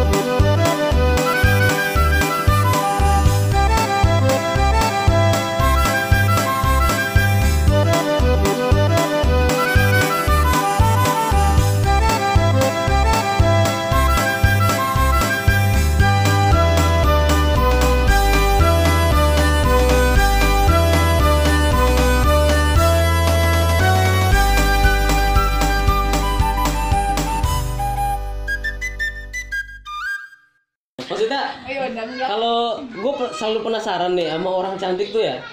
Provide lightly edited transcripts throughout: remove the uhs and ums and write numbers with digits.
Maksudnya kalau gue selalu penasaran nih sama orang cantik tuh ya.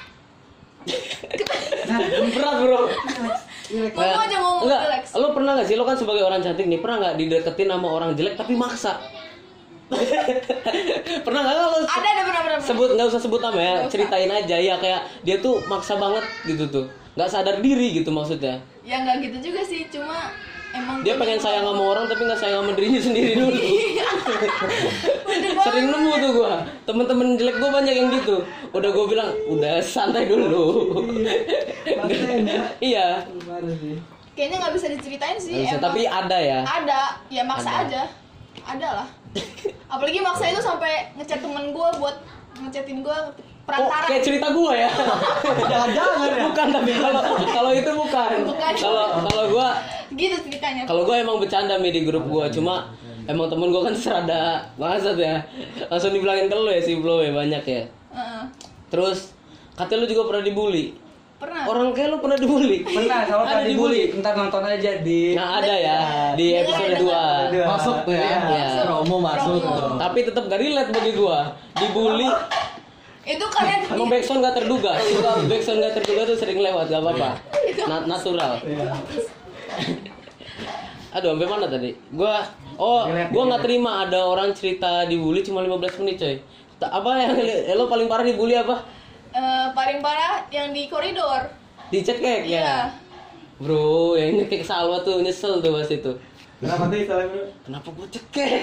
Berat bro. Ngomong aja ngomong. Enggak, relax. lo pernah gak sih, lo kan sebagai orang cantik nih, pernah gak dideketin sama orang jelek tapi maksa? Pernah gak lo Ada. sebut, nggak usah sebut nama ya, ceritain aja ya, kayak dia tuh maksa banget gitu tuh, nggak sadar diri gitu maksudnya. Ya nggak gitu juga sih, cuma emang Dia pengen sayang sama orang tapi nggak sayang sama dirinya sendiri dulu. Bener Sering banget. nemu tuh gua, temen-temen jelek gua banyak yang gitu. Udah gua bilang, udah santai dulu. Iya. Kayaknya nggak bisa diceritain sih. Nggak bisa, emang. tapi ada ya. Ada, ya maksa Ada. aja. Ada lah. Apalagi maksa itu sampai ngechat temen gue buat ngechatin gue Oh, perantara. kayak cerita gua ya. Jangan ya. Bukan, tapi kalau itu bukan. Bukan. Kalau gua Gitu ceritanya. Kalau gue emang bercanda di grup gue, cuma emang temen gue kan serada bangsat ya, langsung dibilangin ke lo ya si Blow ya, banyak ya. Terus katanya lo juga pernah dibully. Pernah. Orang kayak lo pernah dibully. Pernah, kalau Ada tadi dibully, ntar nonton aja di Nah ada ya di episode 2. Masuk tuh ya. Iya. Promo masuk Promo. tuh. Tapi tetap gak relate bagi gue. Dibully, Itu kalian emang backsound gak terduga. Kalau backsound gak terduga tuh sering lewat, gak apa-apa. Natural. Aduh, sampai mana tadi? Gua nggak terima ada orang cerita dibully cuma 15 menit, coy. Apa yang lo paling parah dibully apa? paling parah yang di koridor. Dicekek Iya. ya. Bro, yang nyekek Salwa tuh nyesel tuh pas itu. Kenapa tuh salah bro? Kenapa gua cekek?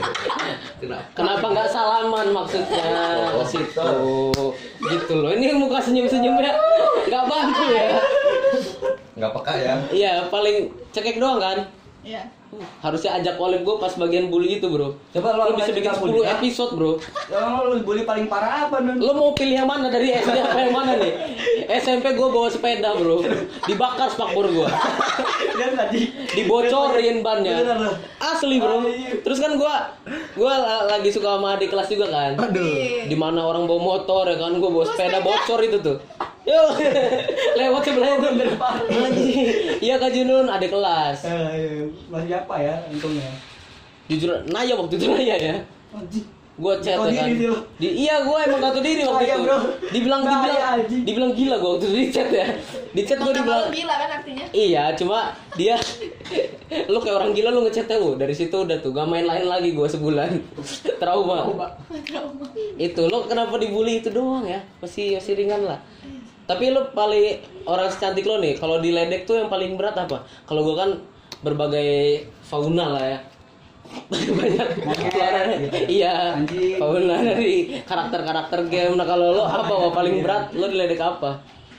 Kenapa nggak salaman maksudnya ke situ? Gitu loh. Ini muka senyum-senyumnya nggak bantu ya. Nggak peka ya. Iya, paling cekek doang kan? Iya. Harusnya ajak collab gue pas bagian bully itu, bro. Coba Lo bisa bikin 10 episode, bro. Lo bully paling parah apa Nun? Lo mau pilih yang mana dari SD apa yang mana nih? SMP gue bawa sepeda, bro. Dibakar spakbor gue. Dan tadi Dibocorin bannya. Bener loh. Asli, bro. Terus kan gue lagi suka sama adik kelas juga kan. Iya. Di mana orang bawa motor ya kan, gue bawa sepeda bocor itu tuh. Yo, lewat sebelah itu. Iya Kak Junun, adik kelas. Masih apa ya untungnya? Jujur, Naya waktu itu Naya ya. Anjing. Gue chat Tahu ya kan. diri dia. Iya, gue emang gak tahu diri waktu Kaya, itu. bro. Dibilang gila gue waktu itu di chat ya. Di chat gue Emang dibilang. nama lo gila kan artinya? Iya, cuma dia lu kayak orang gila lu ngechatnya lu. Dari situ udah tuh gak main lain lagi gue sebulan. Trauma. Itu lo kenapa dibully itu doang ya? Masih ringan lah. Tapi lo paling orang secantik lo nih, kalau diledek tuh yang paling berat apa? Kalau gue kan berbagai fauna lah ya. Banyak iya, Anjing. fauna dari karakter-karakter game. Nah kalau lo apa paling berat? Lo diledek apa?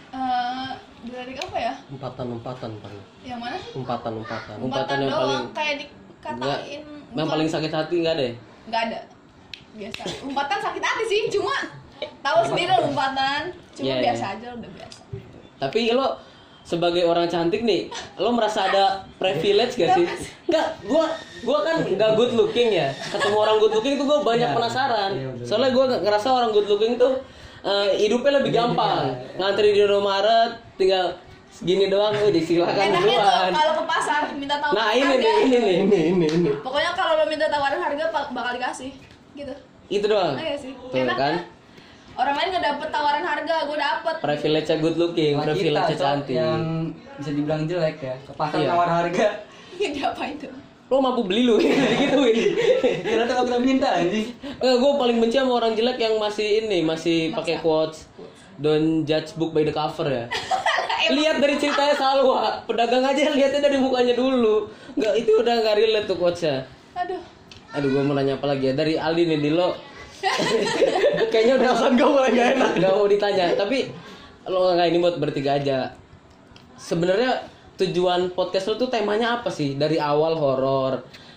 Dari apa ya? Umpatan paling. Yang mana? Umpatan Umpatan yang paling doang, kayak enggak, dikatain. yang paling sakit hati enggak deh. Nggak ada. Biasa. Umpatan sakit hati sih, cuma tahu sendiri lah umpatan. Cuma Iya, biasa iya. aja, udah biasa. Tapi lo sebagai orang cantik nih, lo merasa ada privilege gak sih? Enggak, gua kan enggak good looking ya. Ketemu orang good looking tuh gua banyak penasaran. Soalnya gua ngerasa orang good looking tuh hidupnya lebih gampang. Ngantri di Indomaret tinggal segini doang udah silakan Enaknya tuh duluan. kalau ke pasar minta tawaran Nah, harga. ini. Pokoknya kalau lo minta tawaran harga bakal dikasih. Gitu. Itu doang. Iya sih. Tuh Enak kan. Orang lain nggak dapet tawaran harga, gue dapet. Privilege-nya good looking, Nah, privilege-nya kita, cantik. yang bisa dibilang jelek ya, ke pasar Iya. nawar harga. Dia apa itu? Lo mampu beli lu gituin. Kira kalau kita minta anjing. Gue paling benci sama orang jelek yang masih pakai quotes. Don't judge book by the cover ya. Lihat dari ceritanya Salwa, pedagang aja lihatnya dari mukanya dulu. Nggak, itu udah nggak relate tuh quotesnya. Aduh, gue mau nanya apa lagi ya dari Aldi nih, di lo. Kayaknya udah Perasaan gue mulai gak enak. nggak mau ditanya. Tapi lo nggak, ini buat bertiga aja. Sebenarnya tujuan podcast lo tuh temanya apa sih? Dari awal horor,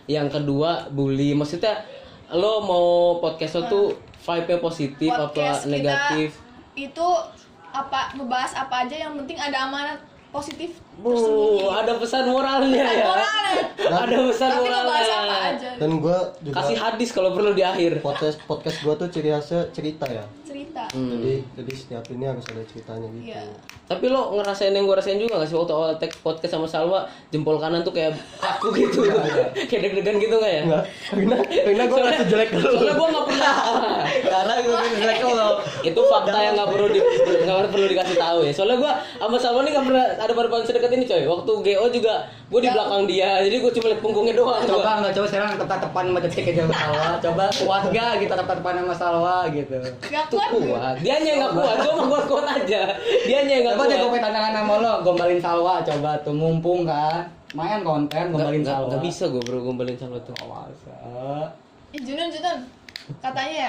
Yang kedua bully. Maksudnya lo mau podcast lo tuh vibe-nya positif Podcast apa negatif? itu apa ngebahas apa aja yang penting ada amanat positif Bu, tersembunyi. ada pesan moralnya ya. Moralnya. Ada pesan Tapi ngebahas apa moralnya. aja. Dan gue juga Kasih hadis kalau perlu di akhir. podcast gue tuh ciri khasnya cerita ya. Cerita. Jadi setiap ini harus ada ceritanya gitu. Iya. Tapi lo ngerasain yang gue rasain juga gak sih waktu awal tag podcast sama Salwa, jempol kanan tuh kayak kaku gitu, kayak deg-degan gitu gak ya? Enggak, karena gue Soalnya- ngerasa jelek dulu. Soalnya gue gak pernah. Karena gue jelek lo. Itu fakta yang nggak perlu dikasih tahu ya. Soalnya gue sama Salwa nih gak pernah ada berhadapan sedekat ini coy. Waktu GO juga gue di belakang dia, jadi gue cuma liat punggungnya doang. Coba enggak, coba sekarang tetap-tepan sama detik aja sama Salwa. Coba kuat gak kita tetap-tepan sama Salwa gitu. Gak kuat. Kuat, dianya yang gak kuat, gue mah kuat aja. Dianya yang gak Coba kuat. deh gue tantangan sama lo, gombalin Salwa coba tuh mumpung kan. Main konten gombalin Salwa. Gak bisa gue bro gombalin Salwa tuh. Oh, masa. Junun, katanya ya.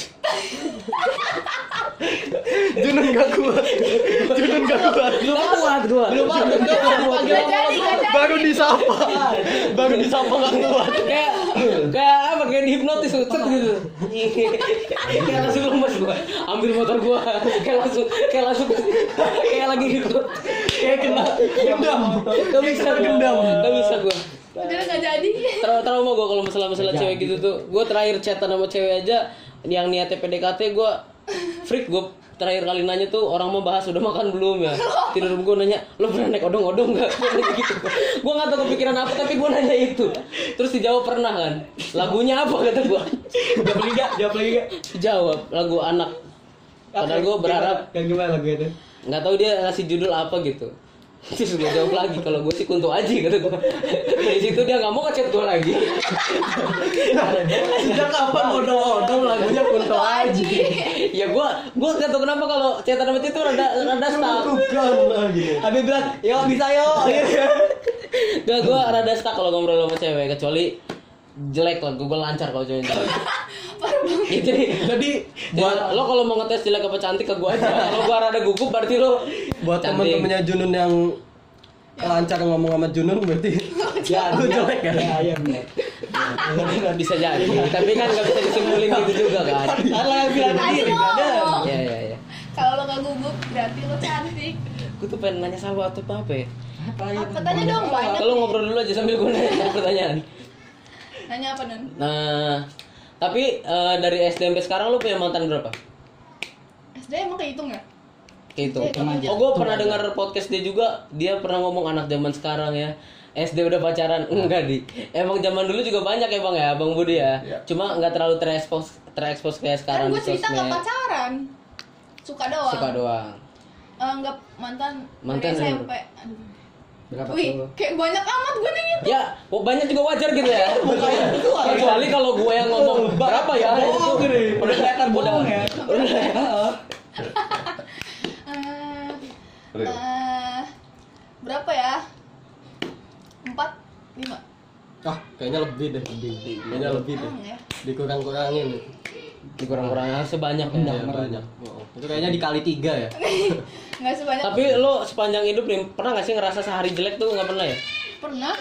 Junun gak kuat. Junun gak kuat. Belum kuat gue. Belum Gak jadi. Baru disapa. Baru disapa gak kuat. kayak apa kayak dihipnotis cet gitu. Kayak langsung lemes gua. Ambil motor gua. Kayak langsung kayak lagi gitu. Kayak kena gendam. Gak bisa gua. Udah gak jadi. Trauma gua kalau masalah cewek gitu tuh. Gua terakhir chatan sama cewek aja yang niatnya PDKT gua freak gua terakhir kali nanya tuh orang mau bahas udah makan belum ya, tidur gue nanya lo pernah naik odong-odong nggak, gue nanya gitu, gue nggak tahu kepikiran apa tapi gue nanya itu, terus dijawab pernah kan, lagunya apa kata gue, Jawab lagi gak? dijawab lagu anak, padahal gue berharap Yang gimana lagu itu? nggak tahu dia ngasih judul apa gitu, terus gue jawab lagi kalau gue sih Kunto Aji kata gue, dari situ dia nggak mau ngechat gue lagi, Sejak kapan odong-odong lagunya Kunto Aji? ya gue nggak tahu kenapa kalau chatan sama itu rada stuck. Bukan lagi. Habis bilang, yo bisa yo. Gak, gue rada stuck kalau ngobrol sama cewek, kecuali jelek lah, gue lancar kalau cewek jelek. Ya, jadi buat lo kalau mau ngetes jelek apa cantik ke gue aja. Kalau gue rada gugup berarti lo Buat cantik. teman-temannya Junun yang lancar ngomong sama Junun berarti ya lu jelek ya. Iya benar. Bisa jadi, tapi kan gak bisa disimpulin gitu juga kan. Salah yang bilang Tadi tadi. ngomong. Iya. Kalau lo gak gugup berarti lo cantik. Gue tuh pengen nanya sama waktu apa ya? Apa tanya dong banyak. Kalau ngobrol dulu aja sambil gue nanya pertanyaan. Nanya apa Nun? Nah, tapi dari SD sampai sekarang lo punya mantan berapa? SD emang kehitung ya? Gitu. Iya, Oh, gue pernah dengar podcast dia juga. Dia pernah ngomong anak zaman sekarang ya. SD udah pacaran, enggak di. Emang zaman dulu juga banyak ya bang ya, bang Budi ya. Cuma nggak terlalu terekspos kayak sekarang Kan gue di cerita sosmed. gak pacaran. Suka doang. Suka doang. Enggak mantan Mantan dari yang SMP. Aduh. Berapa Wih, tuh? kayak banyak amat gue nih. Ya, banyak juga wajar gitu ya. Kecuali kalau gue yang ngomong berapa ya? Oh, gini. Udah kelihatan bohong ya. Berapa ya? 4, 5. Ah, kayaknya lebih deh. Kayaknya lebih deh. Ya. Dikurang-kurangin. Dikurang-kurangin sebanyak ya. Ya, banyak. Oh, itu kayaknya dikali 3 ya. Nggak sebanyak. Tapi lo sepanjang hidup nih pernah nggak sih ngerasa sehari jelek tuh nggak pernah ya? Pernah?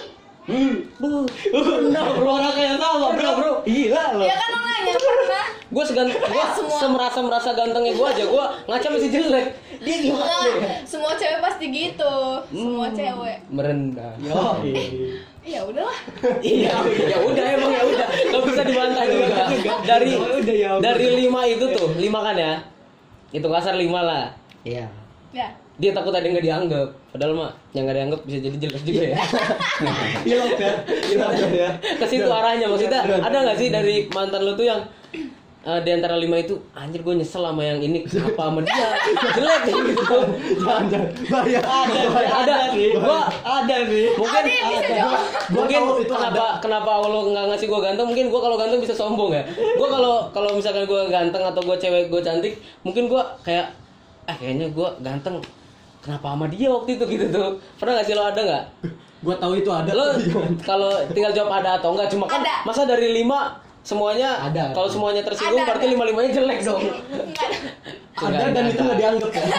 Nah, bro orang kayak sama, bro. Gila lo. Ya kan lo nanya pernah. Gue Semua. semerasa gantengnya gue aja, gue ngaca masih jelek. Dia gimana? Enggak, semua cewek pasti gitu. Semua cewek. Merendah. Yo. Ya udahlah. Iya, ya udah emang ya udah. Gak bisa dibantah juga. Dari 5 itu tuh, 5 kan ya? Itu kasar 5 lah. Iya. Ya. Dia takut ada yang nggak dianggap. Padahal mah yang nggak dianggap bisa jadi jelek juga ya. Hilaf ya. Hilaf ya. Ke situ arahnya maksudnya. Ada nggak sih dari mantan lo tuh yang di antara 5 itu anjir gue nyesel sama yang ini apa sama dia jelek kayak gitu. Jangan. Bahaya. Ada gua Ada nih. mungkin Adi bisa jawab. mungkin Gua tahu itu kenapa Allah nggak ngasih gue ganteng, mungkin gue kalau ganteng bisa sombong ya. Gue kalau misalkan gue ganteng atau gue cewek gue cantik, mungkin gue kayak kayaknya gue ganteng, kenapa sama dia waktu itu gitu tuh. Pernah nggak sih lo, ada nggak? Gua tahu itu ada. Lo kalau tinggal jawab ada atau enggak, cuma kan Ada. masa dari 5 semuanya Ada. kalau semuanya tersinggung Ada, berarti ada. 5-5-nya jelek dong. Enggak. Ada dan itu nggak dianggap ya.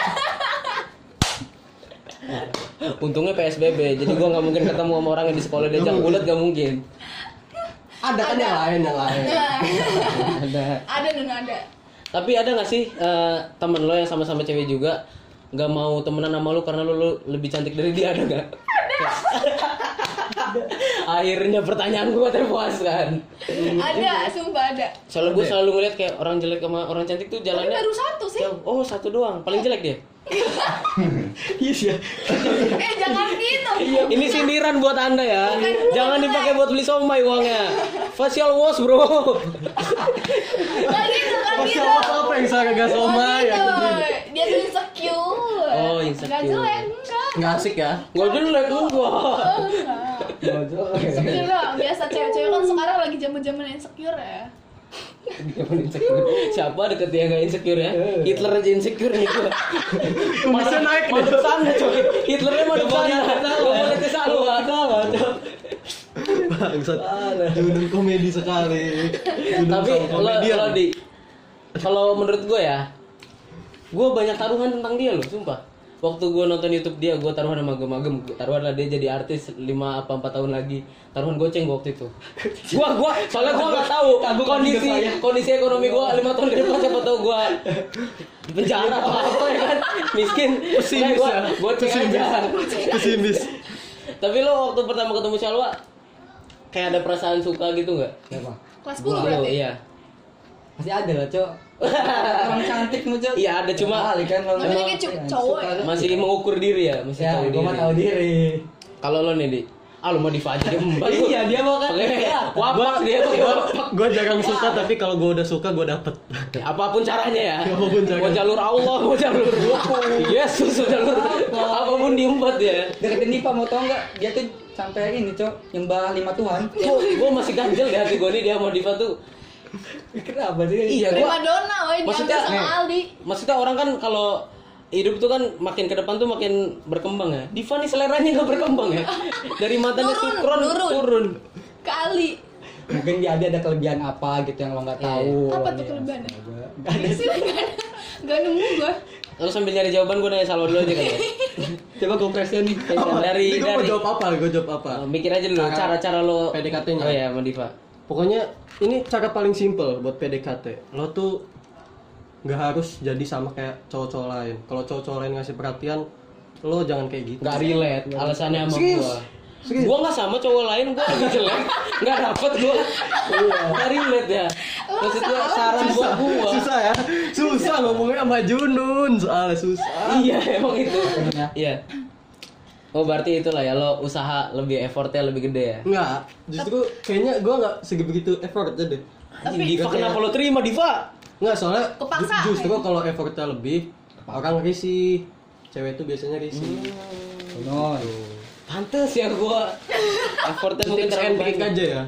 Untungnya PSBB, jadi gue nggak mungkin ketemu sama orang yang di sekolah diajak bulat, nggak mungkin. Ada kan yang lain. Ada. Ada dan ada. Tapi ada nggak sih temen lo yang sama-sama cewek juga nggak mau temenan sama lo karena lo lebih cantik dari dia, ada nggak? Akhirnya pertanyaan gue terpuaskan. Ada, sumpah ada. Soalnya gue selalu ngeliat kayak orang jelek sama orang cantik tuh Tapi jalannya. baru satu sih. Oh, satu doang. Paling jelek dia. Iya sih. Jangan gitu. Ini sindiran buat Anda ya. Jangan dipakai buat beli somai uangnya. Facial wash, Bro. Gak gitu, gak gitu. Apa yang saya gak somai ya? Dia tuh insecure. Oh, insecure. Gak jelek, enggak. Nggak asik ya? Gak jelek gua. Insecure doang. Biasa cewek-cewek kan sekarang lagi zaman-zaman insecure ya. Siapa deket dia gak insecure ya? Hitler aja insecure nih gua. Kumisnya naik deh. Madep sana coy. Hitlernya madep sana. Gak boleh ke Salwa. Bangsat. Junun komedi sekali. Junun Tapi sama komedian. lo di kalau menurut gue ya, gue banyak taruhan tentang dia loh, sumpah. Waktu gue nonton YouTube dia, gue taruhan sama Magem. Taruhan lah dia jadi artis 5 apa 4 tahun lagi. Taruhan goceng gue waktu itu. Gua soalnya gue nggak tahu kondisi ekonomi gue 5 tahun ke depan, siapa tahu gue di penjara atau apa ya kan, miskin. Pesimis ya. Gue cek aja. Pesimis. Tapi lo waktu pertama ketemu Shalwa, kayak ada perasaan suka gitu nggak? Siapa? Kelas 10 berarti. Iya. Masih ada lah, Cok. Orang cantik mu, Cok. Iya ada, cuma Kali kan lo. Maksudnya kayak cowok ya? masih mengukur diri ya, masih Ya, tahu gua mah diri. tahu diri. Kalau lo nih, Di, lo mau diva aja dia membal. Iya, dia mau kan. Wapak dia pakai wapak. Gue jarang suka, tapi kalau gue udah suka gue dapet. Apapun caranya ya. Apapun caranya. Mau jalur Allah, mau jalur Yesus, mau jalur apapun diumpat ya. Deketin Diva mau tau nggak? Dia tuh sampai ini, Cok, nyembah 5 Tuhan. Gue masih ganjel di hati gue nih dia mau diva tuh. Kenapa sih? Iya, Prima gue Donna, woy, maksudnya- diambil sama Aldi. maksudnya orang kan kalau hidup tuh kan makin ke depan tuh makin berkembang ya. Diva nih seleranya nggak berkembang ya. Dari matanya Turun. turun. Ke Ali. Mungkin dia ada kelebihan apa gitu yang lo nggak tahu. Apa tuh Iya, kelebihannya? Nggak ada. Sih, gak nemu gue. Lalu sambil nyari jawaban gue nanya Salwa dulu aja kan ya. Coba gue presnya nih. Dari Gue mau jawab apa? mikir aja dulu cara-cara lo PDKT-nya. Oh ya, sama Diva. Pokoknya ini cara paling simple buat PDKT. Lo tuh nggak harus jadi sama kayak cowok-cowok lain. Kalau cowok-cowok lain ngasih perhatian, lo jangan kayak gitu. Nggak relate alasannya sama Serius? gua. Serius? Gua nggak sama cowok lain, gua lebih jelek. Nggak dapet gua. Nggak relate ya. Maksudnya saran buat gua. Susah ya? Susah ngomongnya sama Junun, soalnya susah. Iya, emang itu. Iya. Oh berarti itulah ya, lo usaha lebih effortnya lebih gede ya. Enggak, justru kayaknya gue nggak sebegitu effort aja deh. Anjing, Diva kenapa lo terima Diva? Nggak, soalnya Kepaksa. justru kalau effortnya lebih, orang risih. Cewek itu biasanya risih. No. Pantes ya gua effortnya mungkin Tips terlalu and trick banyak. aja ya.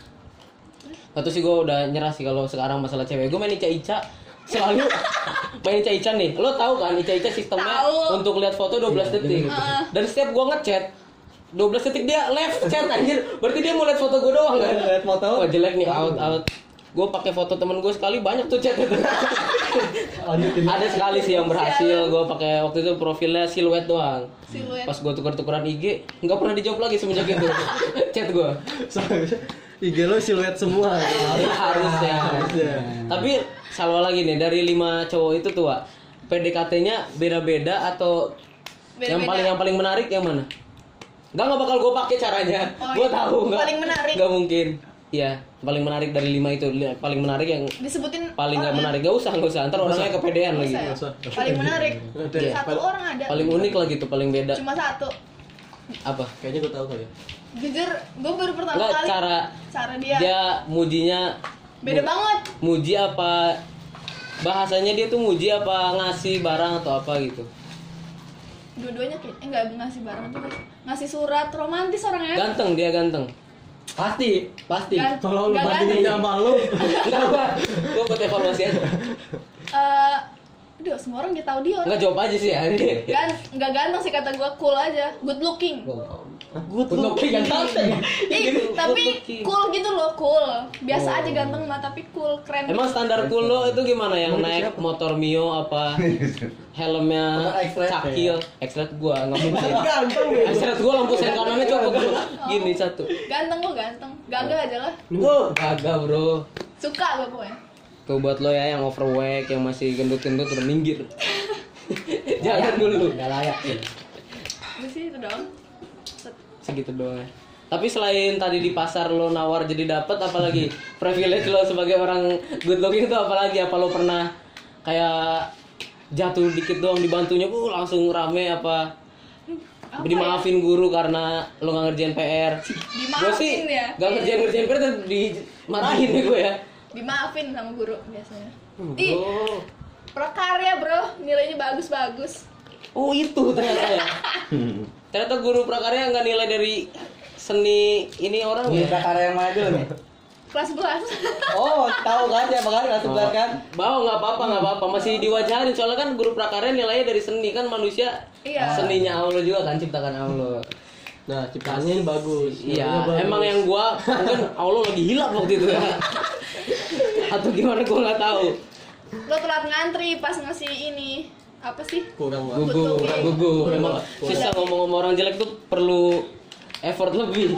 Atau sih gue udah nyerah sih kalau sekarang masalah cewek. Gue main ica-ica selalu main ica-ica nih. Lo tahu kan ica-ica sistemnya Tahu. untuk lihat foto 12 detik. Dan setiap gue ngechat 12 detik dia left chat anjir. Berarti dia mau lihat foto gue doang kan? Lihat foto. Wah jelek nih, out. Gue pakai foto temen gue sekali banyak tuh chat itu. Lanjutin. Ada sekali sih yang berhasil. Gue pakai waktu itu profilnya siluet doang. Siluet. Pas gue tuker-tukeran IG, nggak pernah dijawab lagi semenjak itu chat gue. Soalnya IG lo siluet semua. Harusnya. Harusnya. Tapi Salwa lagi nih, dari 5 cowok itu tuh, Wak, PDKT-nya beda-beda atau Beda-beda. yang paling menarik yang mana? Nggak bakal gue pakai caranya. Oh, Gue iya. tahu nggak. Paling menarik. Nggak mungkin. Iya, paling menarik dari 5 itu. Paling menarik yang Disebutin paling nggak orangnya. menarik. Nggak usah. Ntar orangnya kepedean lagi. Nggak usah. Nggak usah. Paling menarik. Iya. Satu orang ada. Paling unik lah gitu, paling beda. Cuma satu. Apa? Kayaknya gue tahu kali ya. Jujur, gue baru pertama Nggak, kali. cara dia. dia mujinya Beda banget. muji apa bahasanya dia tuh muji apa ngasih barang atau apa gitu. Dua-duanya kayak enggak ngasih barang juga. Ngasih surat romantis orangnya. Ganteng, dia ganteng. Pasti. Kalau lo Nggak bandingin ganteng. sama lo, Enggak, gua buat evaluasi aja. Aduh, semua orang dia tahu dia. Enggak jawab aja sih ya. Nggak ganteng sih kata gue, cool aja, good looking. Good Looking yang ganteng. Ih, tapi looking. cool gitu loh, cool. Biasa aja ganteng mah, tapi cool, keren. Emang standar cool lo itu gimana? Yang naik motor Mio apa helmnya Motor X-Red cakil? X-Red gua nggak mungkin. Ganteng ya. X-Red gua lampu sen kanannya coba gini satu. Ganteng kok, ganteng. Gagah aja lah. Kagak bro. Suka gue pokoknya. Tuh buat lo ya yang overweight, yang masih gendut-gendut udah minggir. Jangan dulu. Enggak layak sih. Udah sih itu dong. Segitu doang ya. Tapi selain tadi di pasar lo nawar jadi dapet, apalagi privilege lo sebagai orang good looking itu apalagi? Apa lo pernah kayak jatuh dikit doang dibantunya langsung rame apa? Dimaafin guru karena lo gak ngerjain PR. Gue sih Dimaafin ya? gak ngerjain PR tapi dimarahin ya gue ya. Dimaafin sama guru biasanya. Bro. Ih, prakarya bro, nilainya bagus-bagus. Oh itu ternyata ya. Ternyata guru prakarya nggak nilai dari seni ini orang Ini ya. prakarya yang mana dulu nih? Kelas 11. Oh, tahu kan ya bakal kelas 11 kan? Bawa nggak apa-apa masih diwajarin soalnya kan guru prakarya nilainya dari seni kan manusia. Iya. Seninya Allah juga kan ciptakan Allah. Nah, ciptaannya bagus. Iya, Nilainya bagus. emang yang gua mungkin Allah lagi hilap waktu itu ya. Atau gimana gua nggak tahu. Lo telat ngantri pas ngasih ini. Apa sih? kurang banget. Gugu. Memang susah ngomong sama orang jelek tuh perlu effort lebih.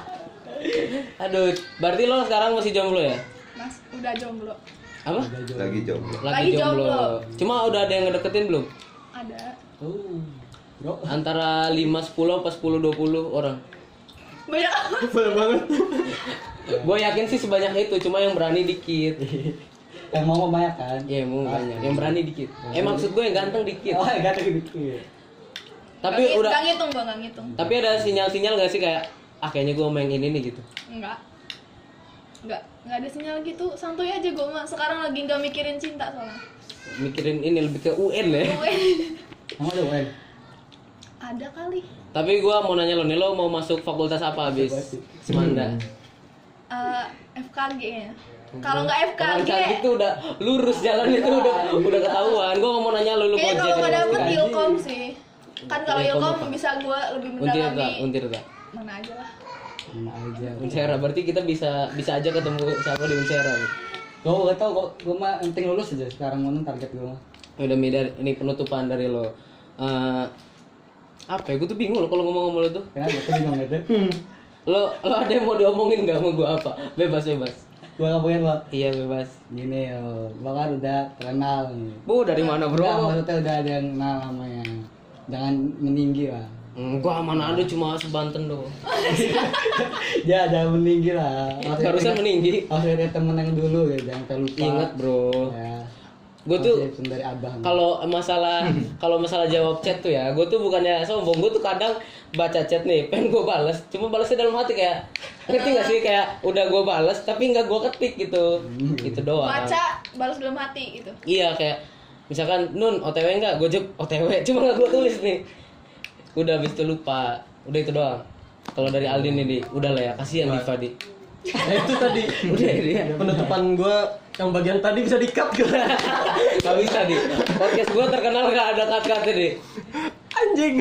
Aduh, berarti lo sekarang masih jomblo ya? Mas, udah jomblo. Apa? Lagi jomblo. Lagi jomblo. Cuma udah ada yang ngedeketin belum? Ada. Oh. Bro. Antara 5 10 apa 10 20 orang. Banyak amat. Banyak banget. Gue yakin sih sebanyak itu, cuma yang berani dikit. Yang mau banyak kan? Iya, mau banyak. Yang berani dikit. Maksud gue yang ganteng dikit. Oh, ganteng dikit. Tapi udah Gak ngitung gua, gak ngitung. tapi ada sinyal-sinyal gak sih kayak kayaknya gue main ini nih gitu. Enggak. Enggak ada sinyal gitu. Santuy aja gua mah. Sekarang lagi enggak mikirin cinta soalnya. Mikirin ini lebih ke UN ya. Mau ada Wen? Ada kali. Tapi gue mau nanya lo nih, lo mau masuk fakultas apa habis Semanda? FKG ya. Kalau nggak Orang FKG, cantik tuh udah lurus jalan itu udah ketahuan. Gue mau nanya lo kayaknya kalau nggak dapet Gojek. Ilkom sih. Kan kalau Ilkom Ilkom apa? bisa gua lebih Untir mendalami. tak? Mana aja lah. Mana aja. Unsera, berarti kita bisa aja ketemu siapa di Unsera. Gue gak tau kok, gue mah penting lulus aja sekarang mau target gue mah. Udah Mida, ini penutupan dari lo. Apa ya? Gue tuh bingung lo kalau ngomong sama lo tuh. Kenapa? Gue bingung gitu. Lo ada yang mau diomongin nggak sama gue apa? Bebas. Gue ngapain Pak? Iya bebas. Gini yo, gue kan udah terkenal nih. Bu dari mana bro? Udah, maksudnya udah ada yang kenal namanya. Jangan meninggi lah. Gua mana ada cuma sebanten doang. Ya jangan meninggi lah. Harusnya meninggi. Maksudnya temen yang dulu ya, jangan terlupa. Ingat bro. Ya. Gue tuh Maksudnya dari abang. kalau masalah jawab chat tuh ya, gue tuh bukannya sombong, gue tuh kadang baca chat nih, pengen gue balas, cuma balasnya dalam hati kayak, ngerti gak sih kayak udah gue balas tapi nggak gue ketik gitu, gitu doang. Baca, balas dalam hati gitu. Iya kayak, misalkan Nun OTW nggak, gue jawab OTW, cuma nggak gue tulis nih, udah habis itu lupa, udah itu doang. Kalau dari Aldin ini, udah lah ya, kasihan Diva di. Nah, itu tadi Udah dia. penutupan gua yang bagian tadi bisa di-cut gitu. Gak bisa di. Podcast gue terkenal gak ada cut-cutnya deh. Anjing.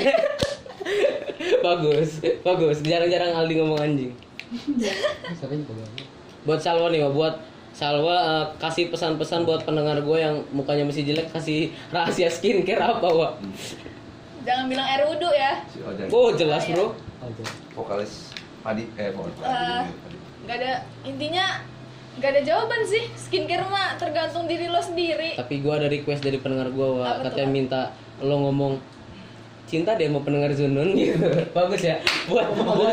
Bagus. Jarang-jarang Aldi ngomong anjing. Sering tuh. Buat Salwa nih, buat Salwa kasih pesan-pesan buat pendengar gue yang mukanya masih jelek, kasih rahasia skincare apa, Wak? Jangan bilang air wudhu ya. Si Ojek. Oh, jelas, Bro. Oke. Vokalis Padi Nggak ada, intinya nggak ada jawaban sih. Skincare mah tergantung diri lo sendiri. Tapi gue ada request dari pendengar gue, Wak. Apa tuh, Katanya Wak? minta lo ngomong cinta deh mau pendengar Zunun gitu. Bagus ya. Buat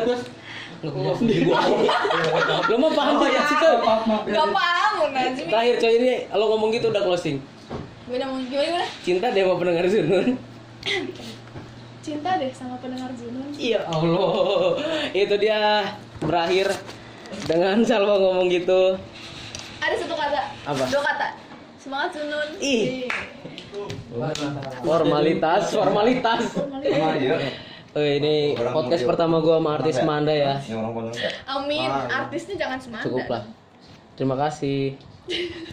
lo mau paham ya situ. Gak paham lo Najmi. Terakhir coy ini lo ngomong gitu udah closing. Gimana? Cinta deh mau pendengar Zunun. Cinta deh sama pendengar Junun. Iya Allah. Itu dia berakhir dengan Salwa ngomong gitu. Ada satu kata. Apa? 2 kata. Semangat Junun. Ih. Formalitas. Sama aja. Ini Orang podcast mau pertama gua sama artis Apa ya? Manda ya. Yang orang pondok enggak? Amin. Ah, Artisnya jangan semangat. Cukup lah. Terima kasih.